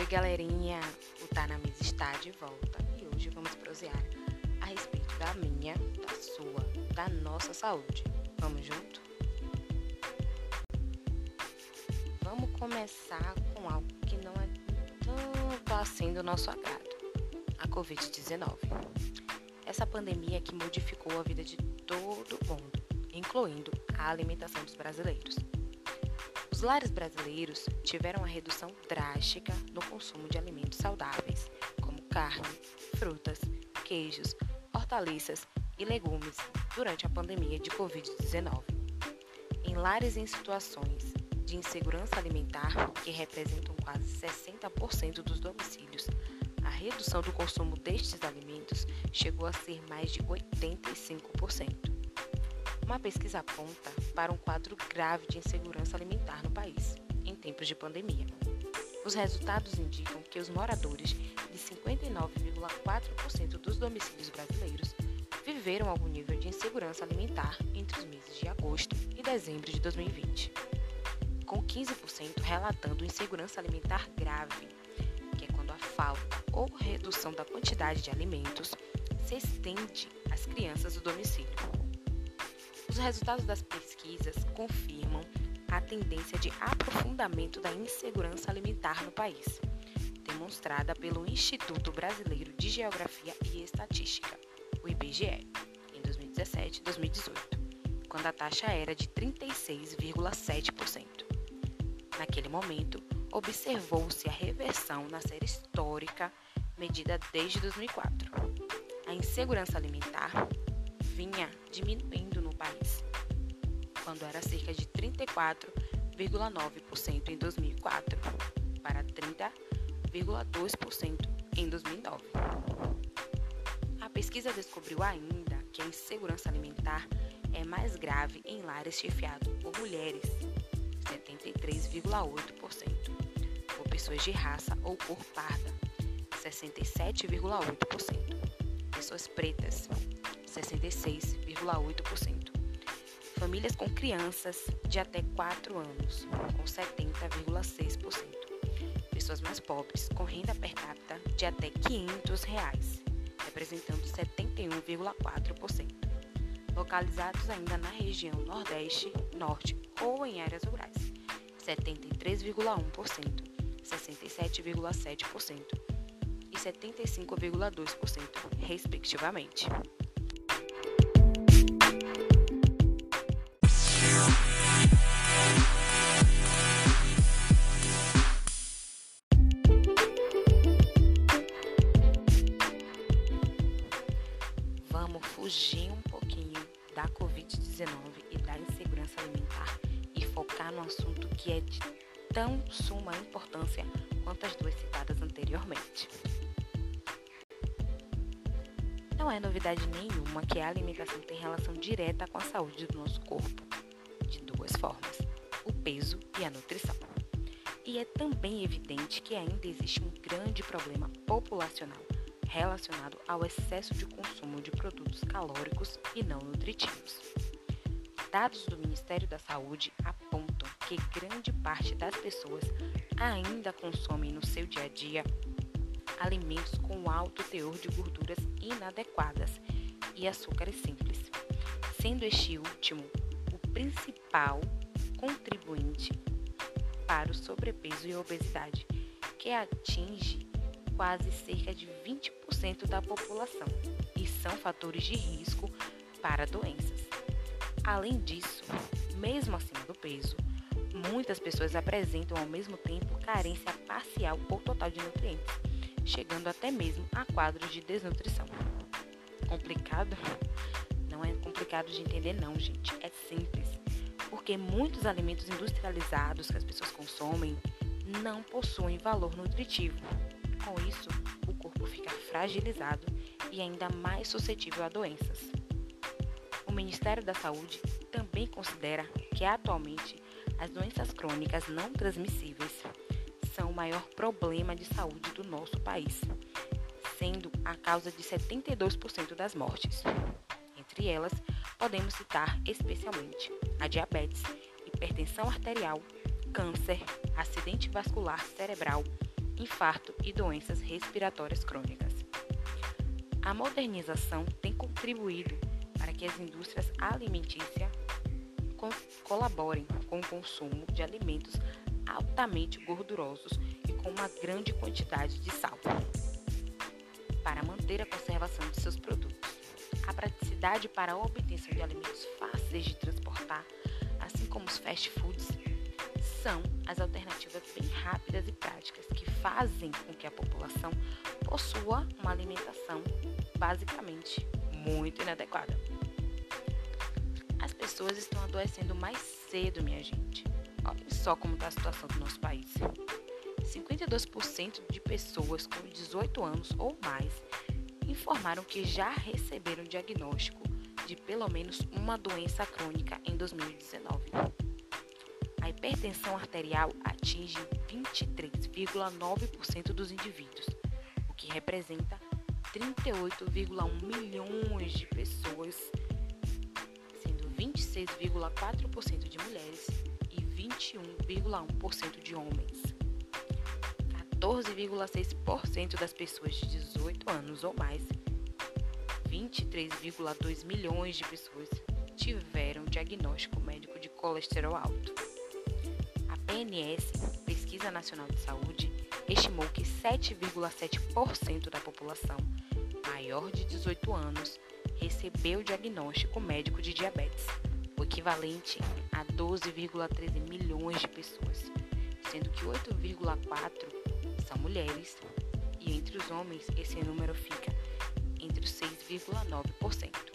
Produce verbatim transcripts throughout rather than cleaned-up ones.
Oi, galerinha! O Tá na Mesa está de volta e hoje vamos prosear a respeito da minha, da sua, da nossa saúde. Vamos junto? Vamos começar com algo que não é tanto assim do nosso agrado: a covid dezenove. Essa pandemia que modificou a vida de todo mundo, incluindo a alimentação dos brasileiros. Os lares brasileiros tiveram uma redução drástica no consumo de alimentos saudáveis, como carne, frutas, queijos, hortaliças e legumes durante a pandemia de covid dezenove. Em lares em situações de insegurança alimentar, que representam quase sessenta por cento dos domicílios, a redução do consumo destes alimentos chegou a ser mais de oitenta e cinco por cento. Uma pesquisa aponta para um quadro grave de insegurança alimentar no país, em tempos de pandemia. Os resultados indicam que os moradores de cinquenta e nove vírgula quatro por cento dos domicílios brasileiros viveram algum nível de insegurança alimentar entre os meses de agosto e dezembro de dois mil e vinte, com quinze por cento relatando insegurança alimentar grave, que é quando a falta ou redução da quantidade de alimentos se estende às crianças do domicílio. Os resultados das pesquisas confirmam a tendência de aprofundamento da insegurança alimentar no país, demonstrada pelo Instituto Brasileiro de Geografia e Estatística, o I B G E, em dois mil e dezessete e dois mil e dezoito, quando a taxa era de trinta e seis vírgula sete por cento. Naquele momento, observou-se a reversão na série histórica medida desde dois mil e quatro. A insegurança alimentar vinha diminuindo no país, quando era cerca de trinta e quatro vírgula nove por cento em dois mil e quatro para trinta vírgula dois por cento em dois mil e nove. A pesquisa descobriu ainda que a insegurança alimentar é mais grave em lares chefiados por mulheres, setenta e três vírgula oito por cento, por pessoas de raça ou cor parda, sessenta e sete vírgula oito por cento, pessoas pretas, sessenta e seis vírgula oito por cento. Famílias com crianças de até quatro anos, com setenta vírgula seis por cento. Pessoas mais pobres, com renda per capita de até quinhentos reais, representando setenta e um vírgula quatro por cento. Localizados ainda na região Nordeste, Norte ou em áreas rurais, setenta e três vírgula um por cento, sessenta e sete vírgula sete por cento e setenta e cinco vírgula dois por cento, respectivamente. Vamos fugir um pouquinho da covid dezenove e da insegurança alimentar e focar no assunto que é de tão suma importância quanto as duas citadas anteriormente. Não é novidade nenhuma que a alimentação tem relação direta com a saúde do nosso corpo, de duas formas: o peso e a nutrição. E é também evidente que ainda existe um grande problema populacional relacionado ao excesso de consumo de produtos calóricos e não nutritivos. Dados do Ministério da Saúde apontam que grande parte das pessoas ainda consomem no seu dia a dia alimentos com alto teor de gorduras inadequadas e açúcares simples, sendo este último o principal contribuinte para o sobrepeso e obesidade, que atinge quase cerca de vinte por cento da população e são fatores de risco para doenças. Além disso, mesmo acima do peso, muitas pessoas apresentam ao mesmo tempo carência parcial ou total de nutrientes, chegando até mesmo a quadros de desnutrição. Complicado? Não é complicado de entender não, gente. É simples. Porque muitos alimentos industrializados que as pessoas consomem não possuem valor nutritivo. Com isso, o corpo fica fragilizado e ainda mais suscetível a doenças. O Ministério da Saúde também considera que atualmente as doenças crônicas não transmissíveis são o maior problema de saúde do nosso país, sendo a causa de setenta e dois por cento das mortes. Entre elas, podemos citar especialmente a diabetes, hipertensão arterial, câncer, acidente vascular cerebral, infarto e doenças respiratórias crônicas. A modernização tem contribuído para que as indústrias alimentícias colaborem com o consumo de alimentos altamente gordurosos e com uma grande quantidade de sal, para manter a conservação de seus produtos. A praticidade para a obtenção de alimentos fáceis de transportar, assim como os fast foods, são as alternativas bem rápidas e práticas que fazem com que a população possua uma alimentação basicamente muito inadequada. As pessoas estão adoecendo mais cedo, minha gente. Olha só como está a situação do nosso país. cinquenta e dois por cento de pessoas com dezoito anos ou mais informaram que já receberam diagnóstico de pelo menos uma doença crônica em dois mil e dezenove. A hipertensão arterial atinge vinte e três vírgula nove por cento dos indivíduos, o que representa trinta e oito vírgula um milhões de pessoas, sendo vinte e seis vírgula quatro por cento de mulheres e vinte e um vírgula um por cento de homens. quatorze vírgula seis por cento das pessoas de dezoito anos ou mais, vinte e três vírgula dois milhões de pessoas, tiveram diagnóstico médico de colesterol alto. A P N S, Pesquisa Nacional de Saúde, estimou que sete vírgula sete por cento da população maior de dezoito anos recebeu diagnóstico médico de diabetes, o equivalente a doze vírgula treze milhões de pessoas, sendo que oito vírgula quatro por cento são mulheres, e entre os homens esse número fica entre os seis vírgula nove por cento.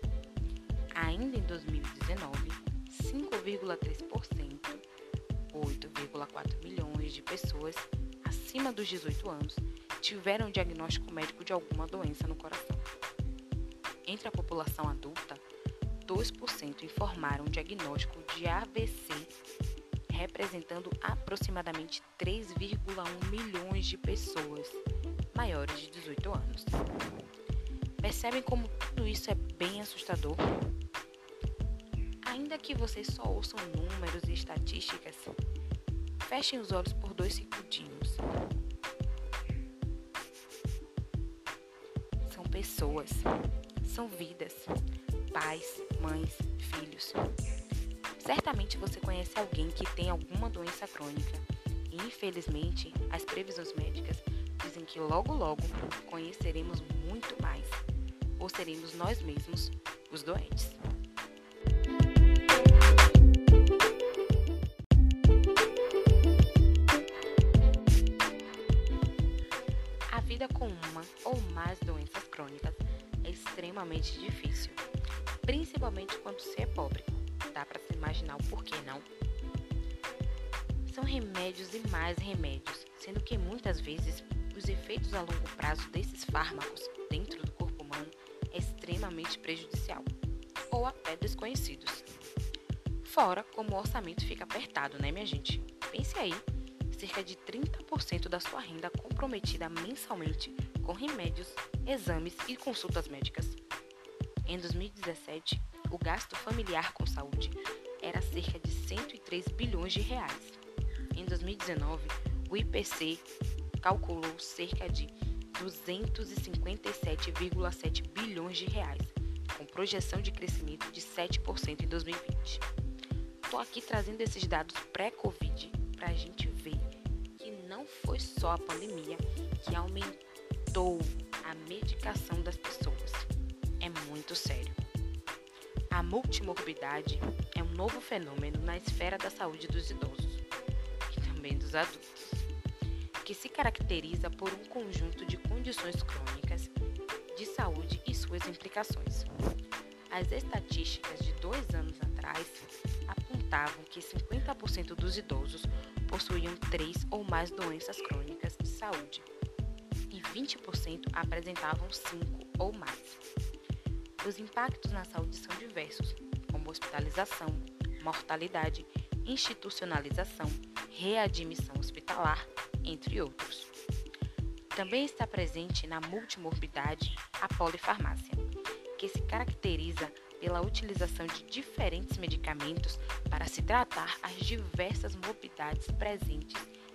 Ainda em dois mil e dezenove, cinco vírgula três por cento, oito vírgula quatro milhões de pessoas acima dos dezoito anos tiveram diagnóstico médico de alguma doença no coração. Entre a população adulta, dois por cento informaram diagnóstico de A V C, representando aproximadamente três vírgula um milhões de pessoas maiores de dezoito anos. Percebem como tudo isso é bem assustador? Ainda que vocês só ouçam números e estatísticas, fechem os olhos por dois segundinhos. São pessoas, são vidas, pais, mães, filhos. Certamente você conhece alguém que tem alguma doença crônica e, infelizmente, as previsões médicas dizem que logo logo conheceremos muito mais, ou seremos nós mesmos os doentes. A vida com uma ou mais doenças crônicas é extremamente difícil, principalmente quando se é pobre. Dá para se imaginar o porquê, não? São remédios e mais remédios, sendo que muitas vezes os efeitos a longo prazo desses fármacos dentro do corpo humano é extremamente prejudicial, ou até desconhecidos. Fora como o orçamento fica apertado, né, minha gente? Pense aí, cerca de trinta por cento da sua renda comprometida mensalmente com remédios, exames e consultas médicas. Em dois mil e dezessete, o gasto familiar com saúde era cerca de cento e três bilhões de reais. Em dois mil e dezenove, o I P C calculou cerca de duzentos e cinquenta e sete vírgula sete bilhões de reais, com projeção de crescimento de sete por cento em dois mil e vinte. Estou aqui trazendo esses dados pré-Covid para a gente ver que não foi só a pandemia que aumentou a medicação das pessoas. É muito sério. A multimorbidade é um novo fenômeno na esfera da saúde dos idosos e também dos adultos, que se caracteriza por um conjunto de condições crônicas de saúde e suas implicações. As estatísticas de dois anos atrás apontavam que cinquenta por cento dos idosos possuíam três ou mais doenças crônicas de saúde e vinte por cento apresentavam cinco ou mais. Os impactos na saúde são diversos, como hospitalização, mortalidade, institucionalização, readmissão hospitalar, entre outros. Também está presente na multimorbidade a polifarmácia, que se caracteriza pela utilização de diferentes medicamentos para se tratar as diversas morbidades presentes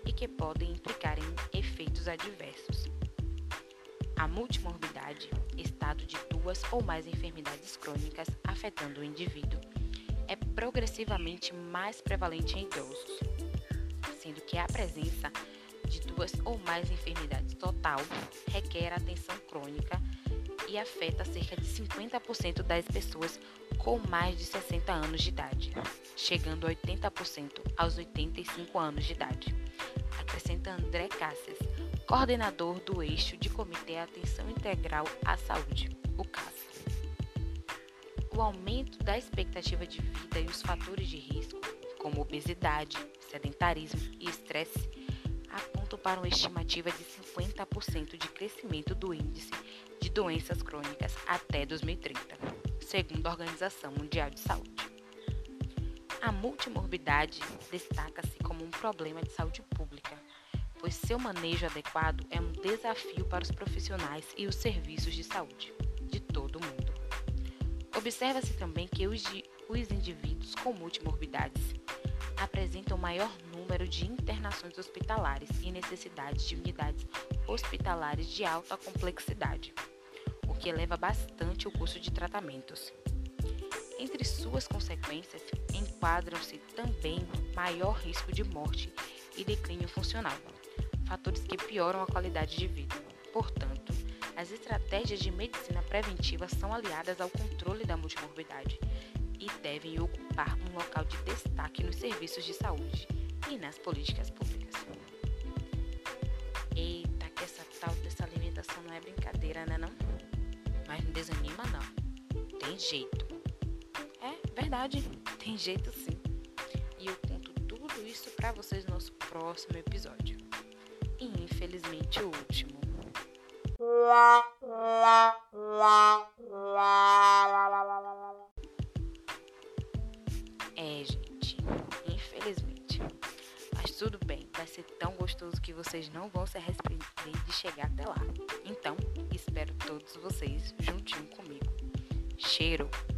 e que podem implicar em efeitos adversos. A multimorbidade, estado de duas ou mais enfermidades crônicas afetando o indivíduo, é progressivamente mais prevalente em idosos, sendo que a presença de duas ou mais enfermidades total requer atenção crônica e afeta cerca de cinquenta por cento das pessoas com mais de sessenta anos de idade, chegando a oitenta por cento aos oitenta e cinco anos de idade, acrescenta André Casses, coordenador do Eixo de Comitê Atenção Integral à Saúde, o CAS. O aumento da expectativa de vida e os fatores de risco, como obesidade, sedentarismo e estresse, apontam para uma estimativa de cinquenta por cento de crescimento do índice de doenças crônicas até dois mil e trinta, segundo a Organização Mundial de Saúde. A multimorbidade destaca-se como um problema de saúde pública, pois seu manejo adequado é um desafio para os profissionais e os serviços de saúde de todo o mundo. Observa-se também que os, os indivíduos com multimorbidades apresentam maior número de internações hospitalares e necessidades de unidades hospitalares de alta complexidade, o que eleva bastante o custo de tratamentos. Entre suas consequências, enquadram-se também maior risco de morte e declínio funcional, fatores que pioram a qualidade de vida. Portanto, as estratégias de medicina preventiva são aliadas ao controle da multimorbidade e devem ocupar um local de destaque nos serviços de saúde e nas políticas públicas. Eita, que essa tal dessa alimentação não é brincadeira, né não? Mas não desanima não, tem jeito. É verdade, tem jeito sim. E eu conto tudo isso pra vocês no nosso próximo episódio. E infelizmente o último. É, gente, infelizmente. Mas tudo bem, vai ser tão gostoso que vocês não vão se arrepender de chegar até lá. Então, espero todos vocês juntinho comigo. Cheiro!